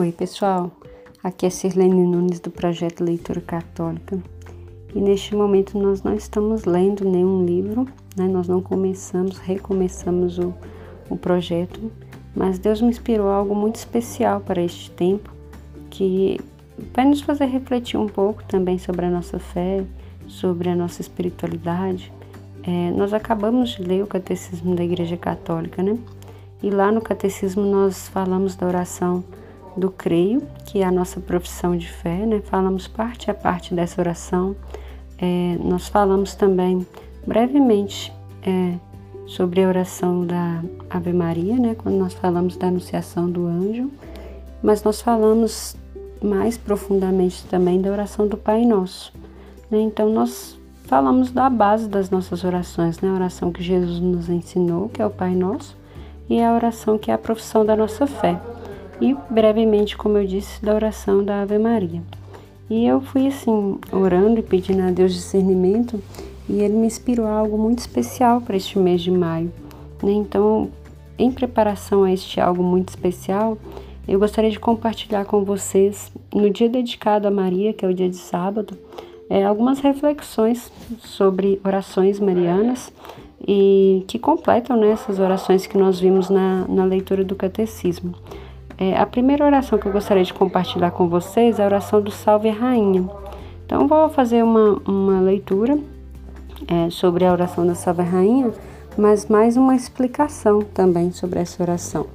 Oi pessoal, aqui é Sirlene Nunes do projeto Leitura Católica e neste momento nós não estamos lendo nenhum livro, né? Nós não recomeçamos o projeto, mas Deus me inspirou algo muito especial para este tempo que vai nos fazer refletir um pouco também sobre a nossa fé, sobre a nossa espiritualidade. Nós acabamos de ler o Catecismo da Igreja Católica, né? E lá no Catecismo nós falamos da oração do creio, que é a nossa profissão de fé, né? Falamos parte a parte dessa oração. Nós falamos também brevemente sobre a oração da Ave Maria, né? Quando nós falamos da anunciação do anjo, mas nós falamos mais profundamente também da oração do Pai Nosso, né? Então nós falamos da base das nossas orações, né? A oração que Jesus nos ensinou, que é o Pai Nosso, e a oração que é a profissão da nossa fé. E brevemente, como eu disse, da oração da Ave Maria. E eu fui assim, orando e pedindo a Deus discernimento, e Ele me inspirou algo muito especial para este mês de maio, né? Então, em preparação a este algo muito especial, eu gostaria de compartilhar com vocês, no dia dedicado a Maria, que é o dia de sábado, algumas reflexões sobre orações marianas, e que completam, né, essas orações que nós vimos na leitura do Catecismo. A primeira oração que eu gostaria de compartilhar com vocês é a oração do Salve Rainha. Então, vou fazer uma leitura sobre a oração da Salve Rainha, mas mais uma explicação também sobre essa oração.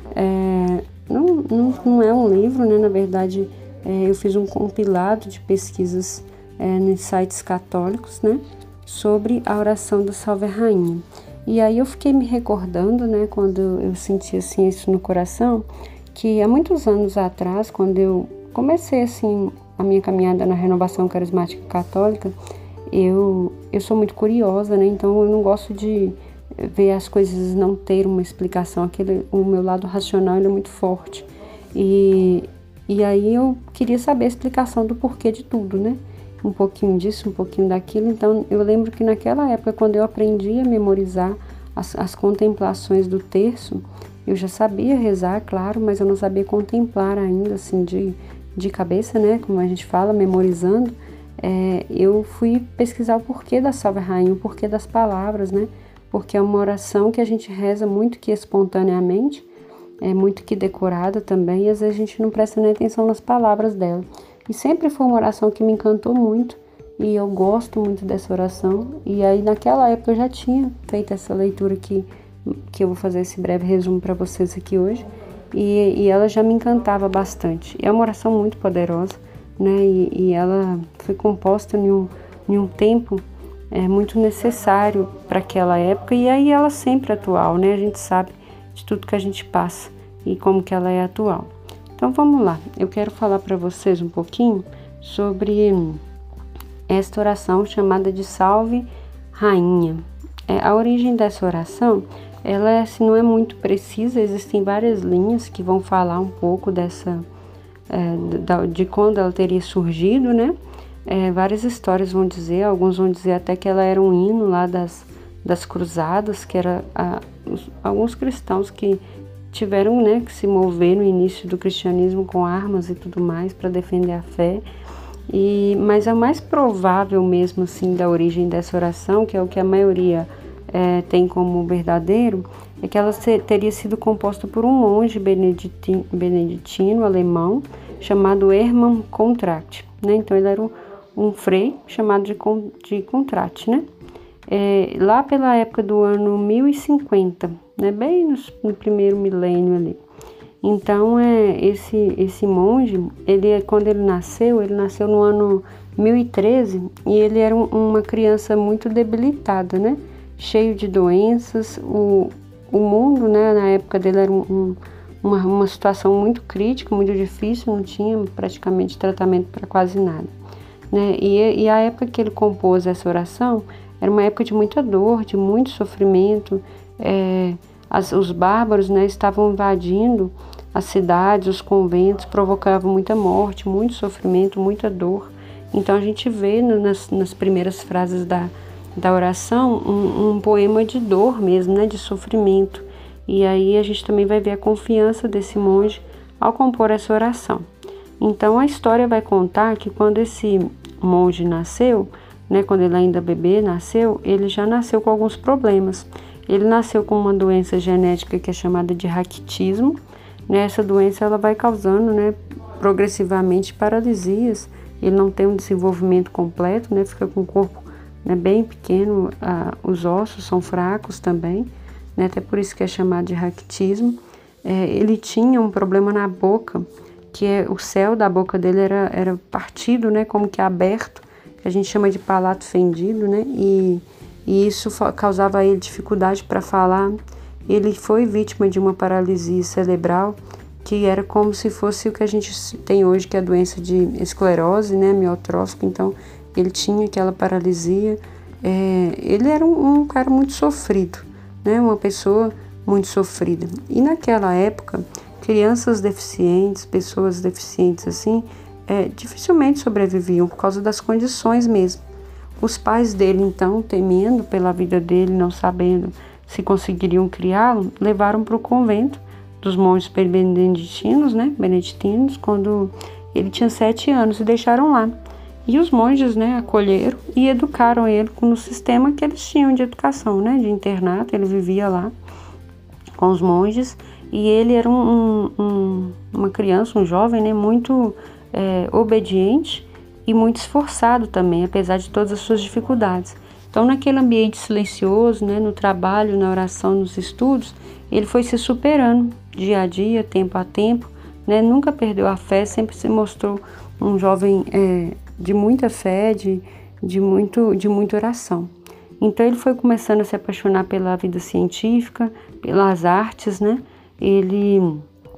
Não é um livro, né? Na verdade, eu fiz um compilado de pesquisas nos sites católicos, né, sobre a oração da Salve Rainha. E aí eu fiquei me recordando, né, quando eu senti assim isso no coração, que há muitos anos atrás, quando eu comecei assim a minha caminhada na renovação carismática católica, eu sou muito curiosa, né? Então eu não gosto de ver as coisas não ter uma explicação. O meu lado racional ele é muito forte. E aí eu queria saber a explicação do porquê de tudo, né? Um pouquinho disso, um pouquinho daquilo. Então eu lembro que naquela época, quando eu aprendi a memorizar as contemplações do terço, eu já sabia rezar, claro, mas eu não sabia contemplar ainda, assim, de cabeça, né, como a gente fala, memorizando. Eu fui pesquisar o porquê da Salve Rainha, o porquê das palavras, né, porque é uma oração que a gente reza muito que espontaneamente, muito que decorada também, e às vezes a gente não presta nem atenção nas palavras dela. E sempre foi uma oração que me encantou muito, e eu gosto muito dessa oração. E aí naquela época eu já tinha feito essa leitura que eu vou fazer esse breve resumo para vocês aqui hoje, e ela já me encantava bastante. É uma oração muito poderosa, né? E ela foi composta em um tempo muito necessário para aquela época, e aí ela sempre é atual, né? A gente sabe de tudo que a gente passa e como que ela é atual. Então vamos lá, eu quero falar para vocês um pouquinho sobre esta oração chamada de Salve Rainha. A origem dessa oração, ela assim, não é muito precisa, existem várias linhas que vão falar um pouco de quando ela teria surgido, né? Várias histórias vão dizer, alguns vão dizer até que ela era um hino lá das cruzadas, que era alguns cristãos que tiveram, né, que se mover no início do cristianismo com armas e tudo mais para defender a fé. Mas a mais provável mesmo assim da origem dessa oração, que é o que a maioria tem como verdadeiro, é que ela teria sido composta por um monge beneditino alemão chamado Hermann Contract, né? Então ele era um frei chamado de Contract, né? Lá pela época do ano 1050, né? Bem no primeiro milênio ali. Então esse monge, quando ele nasceu no ano 1013, e ele era uma criança muito debilitada, né? Cheio de doenças. O mundo, né, na época dele era uma situação muito crítica, muito difícil, não tinha praticamente tratamento para quase nada, né? E a época que ele compôs essa oração era uma época de muita dor, de muito sofrimento. Os bárbaros, né, estavam invadindo as cidades, os conventos, provocavam muita morte, muito sofrimento, muita dor. Então a gente vê nas primeiras frases da oração um poema de dor mesmo, né, de sofrimento. E aí a gente também vai ver a confiança desse monge ao compor essa oração. Então a história vai contar que quando esse monge nasceu, né, quando ele ainda bebê nasceu, ele já nasceu com alguns problemas. Ele nasceu com uma doença genética que é chamada de raquitismo, né? Essa doença ela vai causando, né, progressivamente paralisias. Ele não tem um desenvolvimento completo, né, fica com o corpo, né, bem pequeno, os ossos são fracos também, né, até por isso que é chamado de raquitismo. Ele tinha um problema na boca, que o céu da boca dele era partido, né, como que aberto, que a gente chama de palato fendido, né, e isso causava a ele dificuldade para falar. Ele foi vítima de uma paralisia cerebral, que era como se fosse o que a gente tem hoje, que é a doença de esclerose, né, amiotrófica. Então, ele tinha aquela paralisia. Ele era um cara muito sofrido, né, uma pessoa muito sofrida. E naquela época, crianças deficientes, pessoas deficientes assim, dificilmente sobreviviam por causa das condições mesmo. Os pais dele, então, temendo pela vida dele, não sabendo se conseguiriam criá-lo, levaram para o convento dos monges beneditinos, né, quando ele tinha 7 anos, e deixaram lá. E os monges, né, acolheram e educaram ele no sistema que eles tinham de educação, né, de internato. Ele vivia lá com os monges e ele era uma criança, um jovem, né, muito obediente e muito esforçado também, apesar de todas as suas dificuldades. Então, naquele ambiente silencioso, né, no trabalho, na oração, nos estudos, ele foi se superando dia a dia, tempo a tempo, né, nunca perdeu a fé, sempre se mostrou um jovem de muita fé, de muita oração. Então, ele foi começando a se apaixonar pela vida científica, pelas artes, né, ele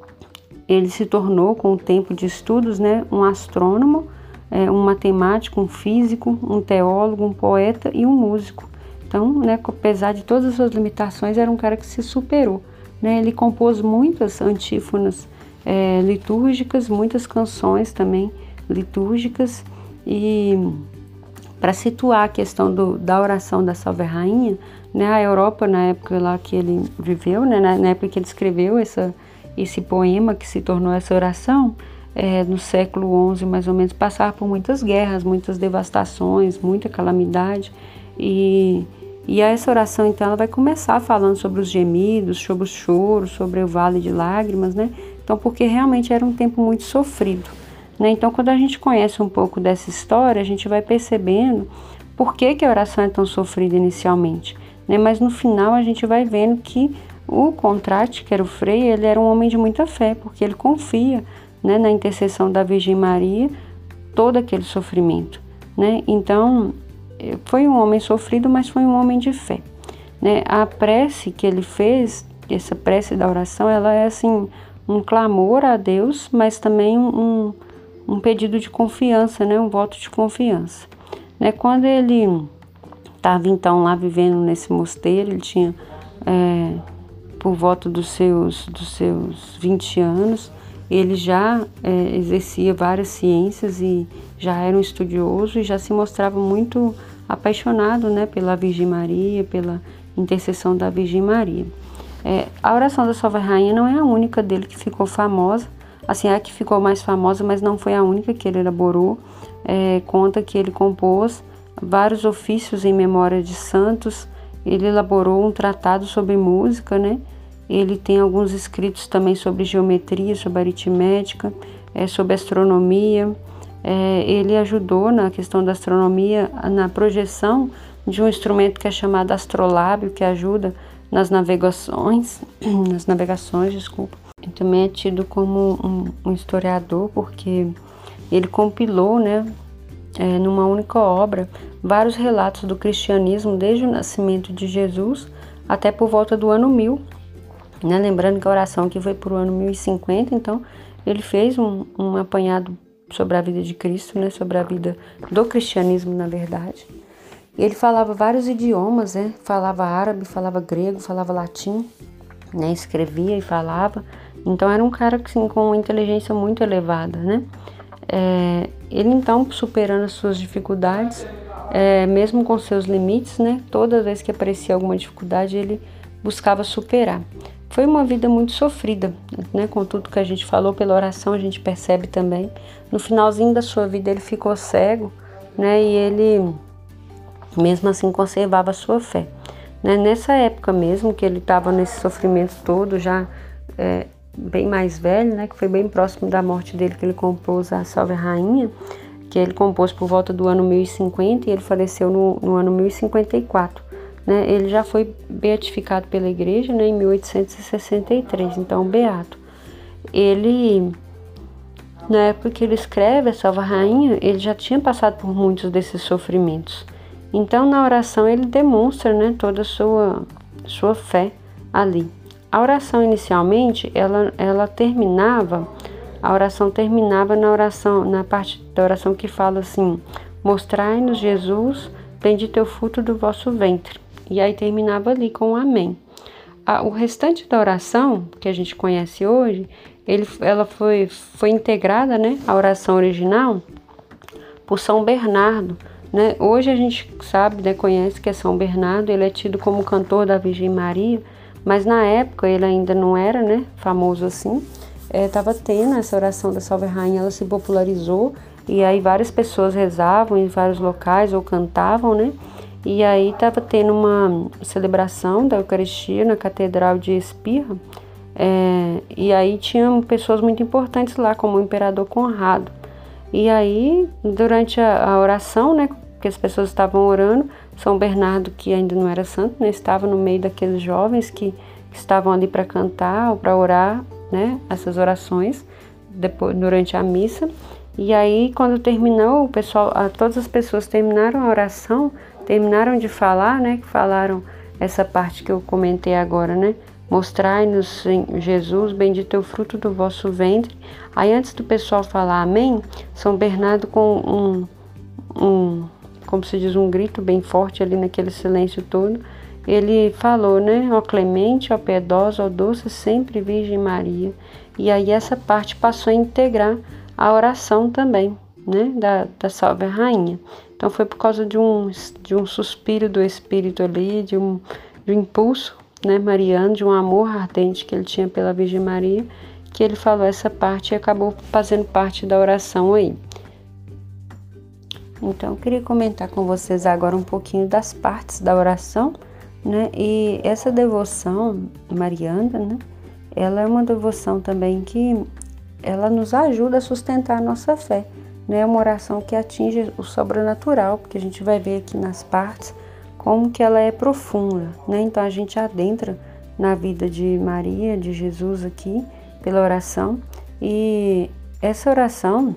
se tornou, com o tempo de estudos, né, um astrônomo, um matemático, um físico, um teólogo, um poeta e um músico. Então, né, apesar de todas as suas limitações, era um cara que se superou, né? Ele compôs muitas antífonas litúrgicas, muitas canções também litúrgicas. E para situar a questão da oração da Salve Rainha, né, a Europa, na época lá que ele viveu, né, na época que ele escreveu esse poema que se tornou essa oração, no século XI, mais ou menos, passava por muitas guerras, muitas devastações, muita calamidade. E essa oração, então, ela vai começar falando sobre os gemidos, sobre os choros, sobre o vale de lágrimas, né? Então, porque realmente era um tempo muito sofrido, né? Então, quando a gente conhece um pouco dessa história, a gente vai percebendo por que a oração é tão sofrida inicialmente, né? Mas no final a gente vai vendo que o Contrate, que era o Frei, ele era um homem de muita fé, porque ele confia, né, na intercessão da Virgem Maria, todo aquele sofrimento, né? Então, foi um homem sofrido, mas foi um homem de fé, né? A prece que ele fez, essa prece da oração, ela é assim, um clamor a Deus, mas também um pedido de confiança, né? Um voto de confiança, né? Quando ele estava então lá vivendo nesse mosteiro, ele tinha por volta dos seus 20 anos, ele já exercia várias ciências e já era um estudioso e já se mostrava muito apaixonado, né, pela Virgem Maria, pela intercessão da Virgem Maria. A oração da Salve Rainha não é a única dele que ficou famosa, assim, é a que ficou mais famosa, mas não foi a única que ele elaborou. Conta que ele compôs vários ofícios em memória de santos, ele elaborou um tratado sobre música, né? Ele tem alguns escritos também sobre geometria, sobre aritmética, sobre astronomia. Ele ajudou na questão da astronomia, na projeção de um instrumento que é chamado astrolábio, que ajuda nas navegações, desculpa. Ele também é tido como um historiador, porque ele compilou, né, numa única obra, vários relatos do cristianismo, desde o nascimento de Jesus até por volta do ano 1000, né? Lembrando que a oração aqui foi por o ano 1050, então ele fez um apanhado sobre a vida de Cristo, né? Sobre a vida do cristianismo, na verdade. Ele falava vários idiomas, né? Falava árabe, falava grego, falava latim, né? Escrevia e falava. Então era um cara assim, com uma inteligência muito elevada, né? Ele então, superando as suas dificuldades, mesmo com seus limites, né? Toda vez que aparecia alguma dificuldade, ele buscava superar. foi uma vida muito sofrida, né? Com tudo que a gente falou, pela oração a gente percebe também. No finalzinho da sua vida ele ficou cego, né? E ele, mesmo assim, conservava a sua fé, né? Nessa época mesmo, que ele estava nesse sofrimento todo, já bem mais velho, né? Que foi bem próximo da morte dele, que ele compôs a Salve Rainha, que ele compôs por volta do ano 1050 e ele faleceu no ano 1054. Né? Ele já foi beatificado pela igreja, né, em 1863, então beato. Ele, na época que ele escreve a Salve Rainha, ele já tinha passado por muitos desses sofrimentos. Então na oração ele demonstra, né, toda a sua fé ali. A oração inicialmente, ela terminava, a oração terminava na parte da oração que fala assim: mostrai-nos, Jesus, bendito é o fruto do vosso ventre. E aí terminava ali com um amém. O restante da oração, que a gente conhece hoje, ela foi integrada, né, à oração original por São Bernardo. Né? Hoje a gente sabe, né, conhece que é São Bernardo, ele é tido como cantor da Virgem Maria, mas na época ele ainda não era, né, famoso assim. Estava tendo essa oração da Salve Rainha, ela se popularizou, e aí várias pessoas rezavam em vários locais ou cantavam, né? E aí estava tendo uma celebração da Eucaristia na Catedral de Espirra, e aí tinham pessoas muito importantes lá, como o Imperador Conrado. E aí, durante a oração, né, que as pessoas estavam orando, São Bernardo, que ainda não era santo, né, estava no meio daqueles jovens que estavam ali para cantar ou para orar, né, essas orações durante a missa. E aí, quando terminou, o pessoal, todas as pessoas terminaram a oração, terminaram de falar, né, que falaram essa parte que eu comentei agora, né, mostrai-nos, Jesus, bendito é o fruto do vosso ventre. Aí, antes do pessoal falar amém, São Bernardo, com como se diz, um grito bem forte ali naquele silêncio todo, ele falou, né, ó clemente, ó piedosa, ó doce sempre Virgem Maria. E aí essa parte passou a integrar a oração também, né, da Salve Rainha. Então foi por causa de um suspiro do Espírito ali, de um impulso, né, mariano, de um amor ardente que ele tinha pela Virgem Maria, que ele falou essa parte e acabou fazendo parte da oração aí. Então eu queria comentar com vocês agora um pouquinho das partes da oração, né, e essa devoção mariana, né, ela é uma devoção também que ela nos ajuda a sustentar a nossa fé, né? É uma oração que atinge o sobrenatural, porque a gente vai ver aqui nas partes como que ela é profunda, né? Então a gente adentra na vida de Maria, de Jesus aqui, pela oração, e essa oração,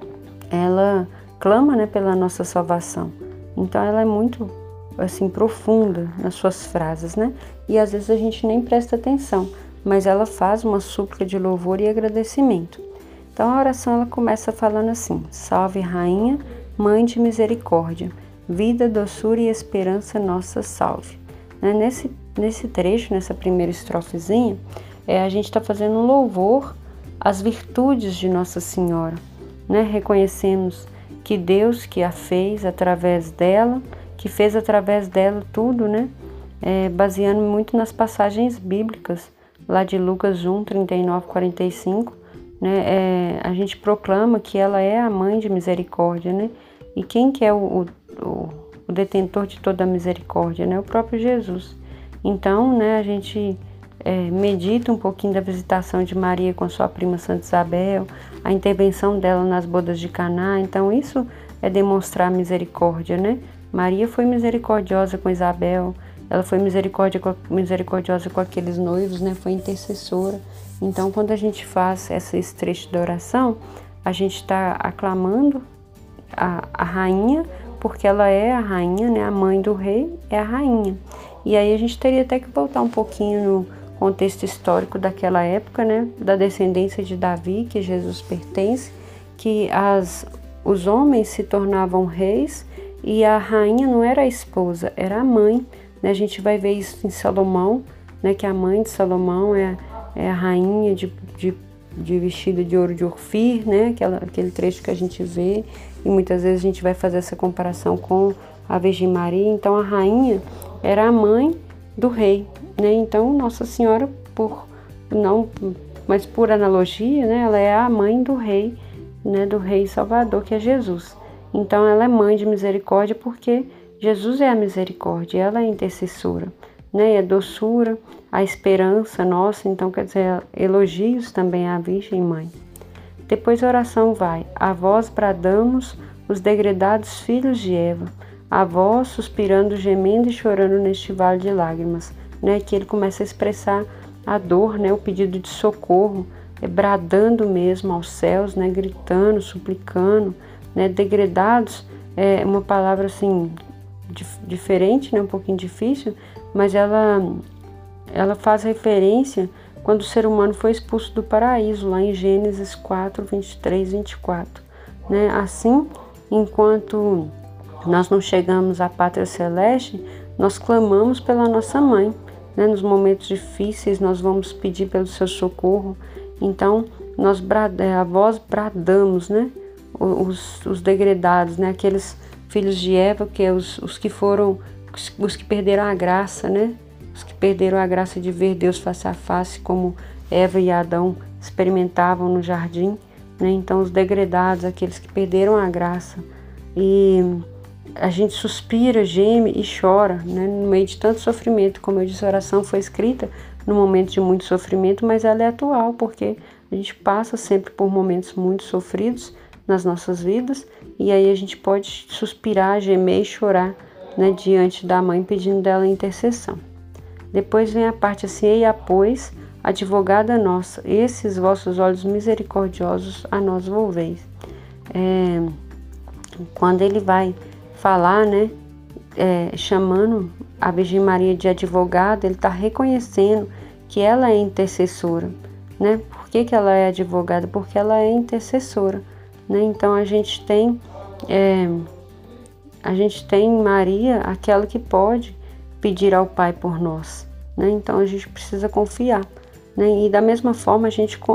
ela clama, né, pela nossa salvação. Então ela é muito, assim, profunda nas suas frases, né? E às vezes a gente nem presta atenção, mas ela faz uma súplica de louvor e agradecimento. Então a oração ela começa falando assim: Salve Rainha, Mãe de Misericórdia, vida, doçura e esperança nossa salve. Né? Nesse trecho, nessa primeira estrofezinha, a gente está fazendo um louvor às virtudes de Nossa Senhora, né? Reconhecemos que Deus que a fez através dela, que fez através dela tudo, né? Baseando muito nas passagens bíblicas, lá de Lucas 1, 39, 45, né? A gente proclama que ela é a mãe de misericórdia, né? E quem que é o detentor de toda a misericórdia, né? O próprio Jesus. Então, né, a gente medita um pouquinho da visitação de Maria com sua prima Santa Isabel, a intervenção dela nas bodas de Caná. Então, isso é demonstrar misericórdia, né? Maria foi misericordiosa com Isabel, ela foi misericordiosa com aqueles noivos, né? Foi intercessora. Então, quando a gente faz esse trecho da oração, a gente está aclamando a rainha, porque ela é a rainha, né? A mãe do rei é a rainha. E aí a gente teria até que voltar um pouquinho no contexto histórico daquela época, né? Da descendência de Davi, que Jesus pertence, que os homens se tornavam reis e a rainha não era a esposa, era a mãe. Né? A gente vai ver isso em Salomão, né? Que a mãe de Salomão é a rainha de vestida de ouro de Ofir, né? Aquele trecho que a gente vê, e muitas vezes a gente vai fazer essa comparação com a Virgem Maria. Então a rainha era a mãe do rei, né? Então Nossa Senhora, mas por analogia, né, ela é a mãe do rei, né, do rei Salvador, que é Jesus. Então ela é mãe de misericórdia porque Jesus é a misericórdia, ela é a intercessora, né? E a doçura, a esperança nossa, então quer dizer, elogios também à Virgem Mãe. Depois a oração vai: a vós bradamos os degredados filhos de Eva, a vós suspirando, gemendo e chorando neste vale de lágrimas, né? Que ele começa a expressar a dor, né? O pedido de socorro, bradando mesmo aos céus, né? Gritando, suplicando, né? Degredados é uma palavra assim diferente, né? Um pouquinho difícil, mas ela faz referência quando o ser humano foi expulso do paraíso, lá em Gênesis 4, 23, 24. Né? Assim, enquanto nós não chegamos à pátria celeste, nós clamamos pela nossa mãe. Né? Nos momentos difíceis, nós vamos pedir pelo seu socorro. Então, a voz bradamos, né? Os degredados, né? Aqueles filhos de Eva, que é os que perderam a graça, né? Os que perderam a graça de ver Deus face a face, como Eva e Adão experimentavam no jardim, né? Então, os degredados, aqueles que perderam a graça. E a gente suspira, geme e chora, né? No meio de tanto sofrimento. Como eu disse, a oração foi escrita no momento de muito sofrimento, mas ela é atual, porque a gente passa sempre por momentos muito sofridos nas nossas vidas, e aí a gente pode suspirar, gemer e chorar, né, diante da mãe, pedindo dela intercessão. Depois vem a parte assim: eia, pois, advogada nossa, esses vossos olhos misericordiosos a nós volveis. Quando ele vai falar, né, chamando a Virgem Maria de advogada, ele está reconhecendo que ela é intercessora, né? Por que ela é advogada? Porque ela é intercessora, né? Então a gente tem Maria, aquela que pode pedir ao Pai por nós, né? Então a gente precisa confiar, né? E da mesma forma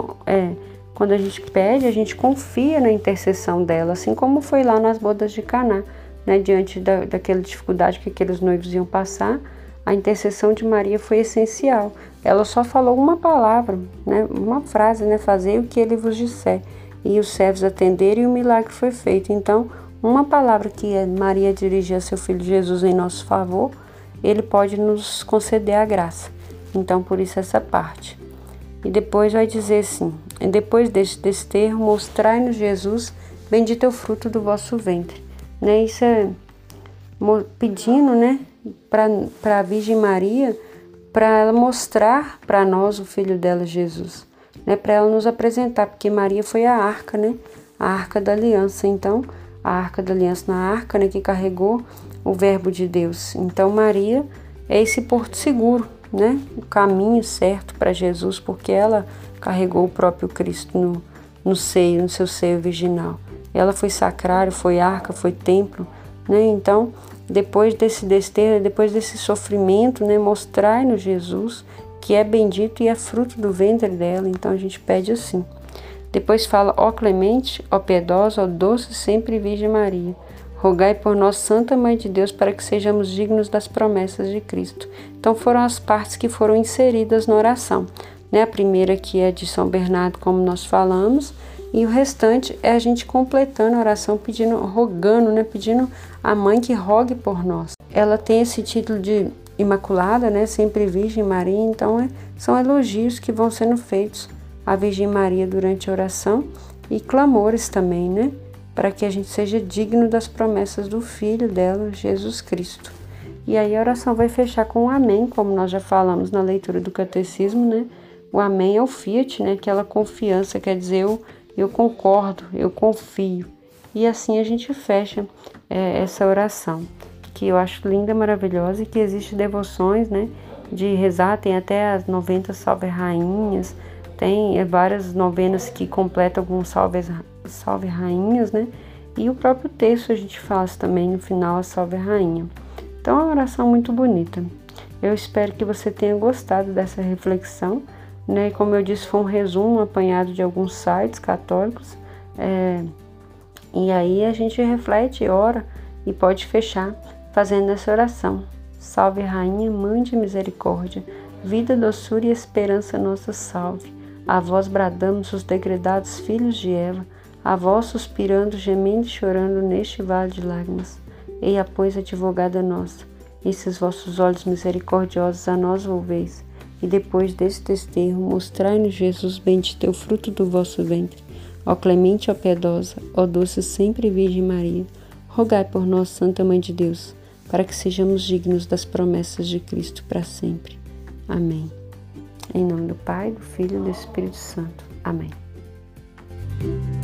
quando a gente pede, a gente confia na intercessão dela, assim como foi lá nas bodas de Caná, né? Diante daquela dificuldade que aqueles noivos iam passar, a intercessão de Maria foi essencial. Ela só falou uma palavra, né? Uma frase, né? Fazei o que ele vos disser. E os servos atenderam e o milagre foi feito. Então, uma palavra que Maria dirigiu a seu filho Jesus em nosso favor, ele pode nos conceder a graça. Então, por isso essa parte. E depois vai dizer assim: depois desse termo, mostrai-nos Jesus, bendito é o fruto do vosso ventre. Né? Isso é pedindo, né, para a Virgem Maria, para ela mostrar para nós o filho dela, Jesus, né, para ela nos apresentar, porque Maria foi a arca, né, a arca da aliança. Então, a arca da aliança na arca, né, que carregou o verbo de Deus. Então, Maria é esse porto seguro, né, o caminho certo para Jesus, porque ela carregou o próprio Cristo no seu seio virginal. Ela foi sacrário, foi arca, foi templo, né? Então, depois desse sofrimento, né, mostrai-nos Jesus, que é bendito e é fruto do ventre dela. Então a gente pede assim. Depois fala: ó clemente, ó piedosa, ó doce sempre Virgem Maria, rogai por nós, Santa Mãe de Deus, para que sejamos dignos das promessas de Cristo. Então foram as partes que foram inseridas na oração, né? A primeira que é de São Bernardo, como nós falamos, e o restante é a gente completando a oração, rogando, né? Pedindo a mãe que rogue por nós. Ela tem esse título de Imaculada, né? Sempre Virgem Maria. Então são elogios que vão sendo feitos à Virgem Maria durante a oração e clamores também, né? Para que a gente seja digno das promessas do Filho dela, Jesus Cristo. E aí a oração vai fechar com um amém, como nós já falamos na leitura do Catecismo, né? O amém é o fiat, né? Aquela confiança, quer dizer, eu concordo, eu confio. E assim a gente fecha essa oração, que eu acho linda, maravilhosa, e que existe devoções, né, de rezar. Tem até as 90 Salve Rainhas, tem várias novenas que completam alguns Salve Rainhas, né, e o próprio texto a gente faz também no final a Salve Rainha. Então é uma oração muito bonita. Eu espero que você tenha gostado dessa reflexão, né? Como eu disse, foi um resumo, um apanhado de alguns sites católicos, e aí a gente reflete, ora e pode fechar fazendo essa oração. Salve, Rainha, Mãe de Misericórdia, vida, doçura e esperança nossa salve. A vós bradamos os degredados filhos de Eva, a vós suspirando, gemendo e chorando neste vale de lágrimas. Eia, pois, advogada nossa, esses vossos olhos misericordiosos a nós volveis, e depois deste desterro mostrai-nos Jesus bendito é o fruto do vosso ventre. Ó clemente, ó piedosa, ó doce sempre Virgem Maria, rogai por nós, Santa Mãe de Deus, para que sejamos dignos das promessas de Cristo para sempre. Amém. Em nome do Pai, do Filho e do Espírito Santo. Amém.